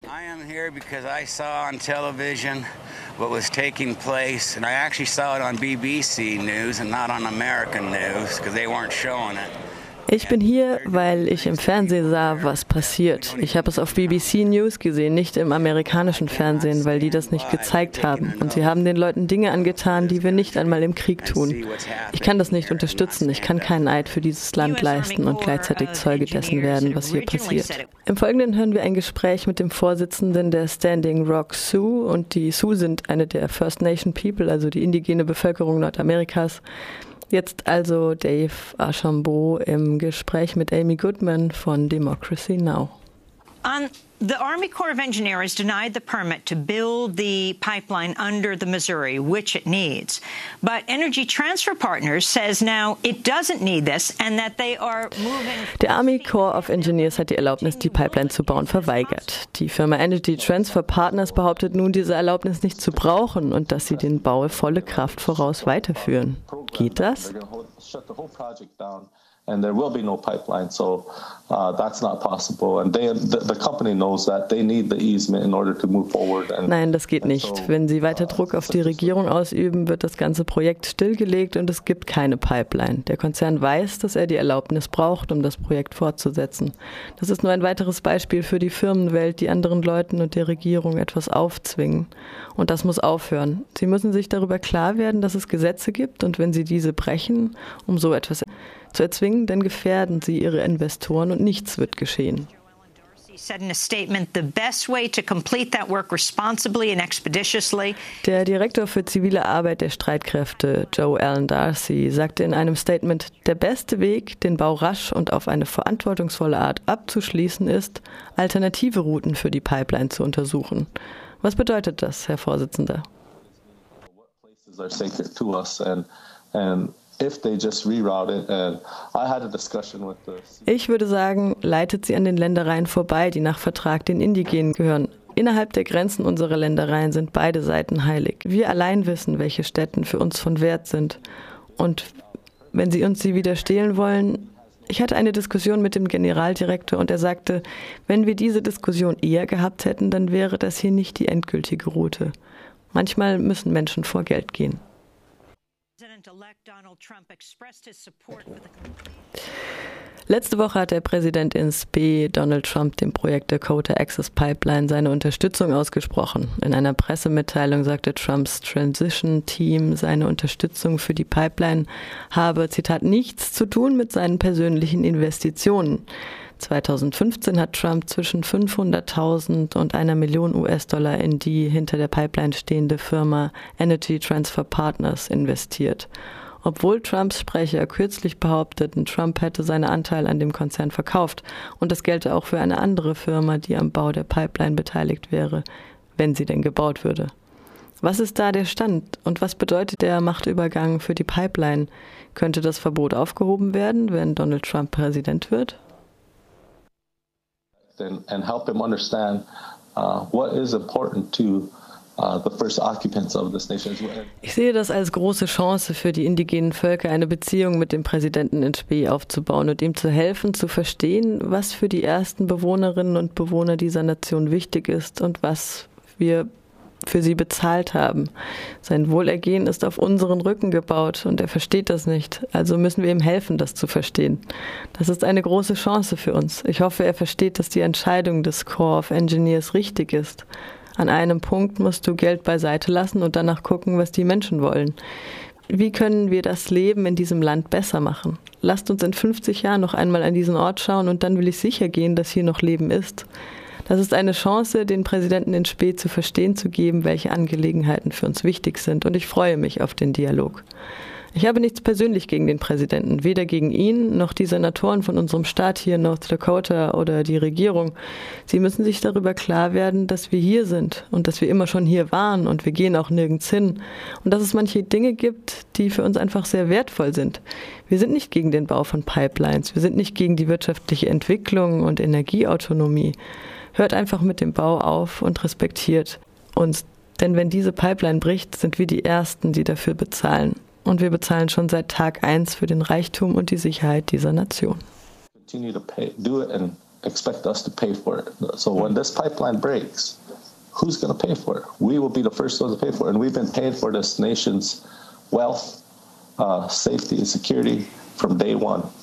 I am here because I saw on television what was taking place, and I actually saw it on BBC News and not on American News because they weren't showing it. Ich bin hier, weil ich im Fernsehen sah, was passiert. Ich habe es auf BBC News gesehen, nicht im amerikanischen Fernsehen, weil die das nicht gezeigt haben. Und sie haben den Leuten Dinge angetan, die wir nicht einmal im Krieg tun. Ich kann das nicht unterstützen. Ich kann keinen Eid für dieses Land leisten und gleichzeitig Zeuge dessen werden, was hier passiert. Im Folgenden hören wir ein Gespräch mit dem Vorsitzenden der Standing Rock Sioux. Und die Sioux sind eine der First Nation People, also die indigene Bevölkerung Nordamerikas. Jetzt also Dave Archambault im Gespräch mit Amy Goodman von Democracy Now! The Army Corps of Engineers denied the permit to build the pipeline under the Missouri, which it needs. But Energy Transfer Partners says now it doesn't need this and that they are moving. Der Army Corps of Engineers hat die Erlaubnis, die Pipeline zu bauen, verweigert. Die Firma Energy Transfer Partners behauptet nun, diese Erlaubnis nicht zu brauchen und dass sie den Bau volle Kraft voraus weiterführen. Geht das? And there will be no pipeline, so that's not possible. And the company knows that they need the easement in order to move forward. Nein, das geht nicht. Wenn sie weiter Druck auf die Regierung ausüben, wird das ganze Projekt stillgelegt und es gibt keine Pipeline. Der Konzern weiß, dass er die Erlaubnis braucht, um das Projekt fortzusetzen. Das ist nur ein weiteres Beispiel für die Firmenwelt, die anderen Leuten und der Regierung etwas aufzwingen. Und das muss aufhören. Sie müssen sich darüber klar werden, dass es Gesetze gibt und wenn sie diese brechen, um so etwas zu erzwingen, dann gefährden sie ihre Investoren und nichts wird geschehen. Der Direktor für zivile Arbeit der Streitkräfte, Joe Allen Darcy, sagte in einem Statement, der beste Weg, den Bau rasch und auf eine verantwortungsvolle Art abzuschließen, ist, alternative Routen für die Pipeline zu untersuchen. Was bedeutet das, Herr Vorsitzender? Ich würde sagen, leitet sie an den Ländereien vorbei, die nach Vertrag den Indigenen gehören. Innerhalb der Grenzen unserer Ländereien sind beide Seiten heilig. Wir allein wissen, welche Stätten für uns von Wert sind. Und wenn sie uns sie wieder stehlen wollen... Ich hatte eine Diskussion mit dem Generaldirektor und er sagte, wenn wir diese Diskussion eher gehabt hätten, dann wäre das hier nicht die endgültige Route. Manchmal müssen Menschen vor Geld gehen. Letzte Woche hat der Präsident in SP, Donald Trump, dem Projekt Dakota Access Pipeline seine Unterstützung ausgesprochen. In einer Pressemitteilung sagte Trumps Transition-Team, seine Unterstützung für die Pipeline habe, Zitat, nichts zu tun mit seinen persönlichen Investitionen. 2015 hat Trump zwischen 500.000 und einer Million US-Dollar in die hinter der Pipeline stehende Firma Energy Transfer Partners investiert. Obwohl Trumps Sprecher kürzlich behaupteten, Trump hätte seine Anteile an dem Konzern verkauft und das gelte auch für eine andere Firma, die am Bau der Pipeline beteiligt wäre, wenn sie denn gebaut würde. Was ist da der Stand und was bedeutet der Machtübergang für die Pipeline? Könnte das Verbot aufgehoben werden, wenn Donald Trump Präsident wird? And help him understand what is important to the first occupants of this nation. Ich sehe das als große Chance für die indigenen Völker, eine Beziehung mit dem Präsidenten in Spe aufzubauen und ihm zu helfen, zu verstehen, was für die ersten Bewohnerinnen und Bewohner dieser Nation wichtig ist und was wir für sie bezahlt haben. Sein Wohlergehen ist auf unseren Rücken gebaut und er versteht das nicht. Also müssen wir ihm helfen, das zu verstehen. Das ist eine große Chance für uns. Ich hoffe, er versteht, dass die Entscheidung des Corps of Engineers richtig ist. An einem Punkt musst du Geld beiseite lassen und danach gucken, was die Menschen wollen. Wie können wir das Leben in diesem Land besser machen? Lasst uns in 50 Jahren noch einmal an diesen Ort schauen und dann will ich sicher gehen, dass hier noch Leben ist. Das ist eine Chance, den Präsidenten in Spe zu verstehen zu geben, welche Angelegenheiten für uns wichtig sind. Und ich freue mich auf den Dialog. Ich habe nichts persönlich gegen den Präsidenten, weder gegen ihn noch die Senatoren von unserem Staat hier in North Dakota oder die Regierung. Sie müssen sich darüber klar werden, dass wir hier sind und dass wir immer schon hier waren und wir gehen auch nirgends hin. Und dass es manche Dinge gibt, die für uns einfach sehr wertvoll sind. Wir sind nicht gegen den Bau von Pipelines, wir sind nicht gegen die wirtschaftliche Entwicklung und Energieautonomie. Hört einfach mit dem Bau auf und respektiert uns. Denn wenn diese Pipeline bricht, sind wir die Ersten, die dafür bezahlen. Und wir bezahlen schon seit Tag 1 für den Reichtum und die Sicherheit dieser Nation. Continue to do it and expect us to pay for it. So when this pipeline breaks, who's going to pay for it? We will be the first ones to pay for it. And we've been paying for this nation's wealth, safety, and security from day one.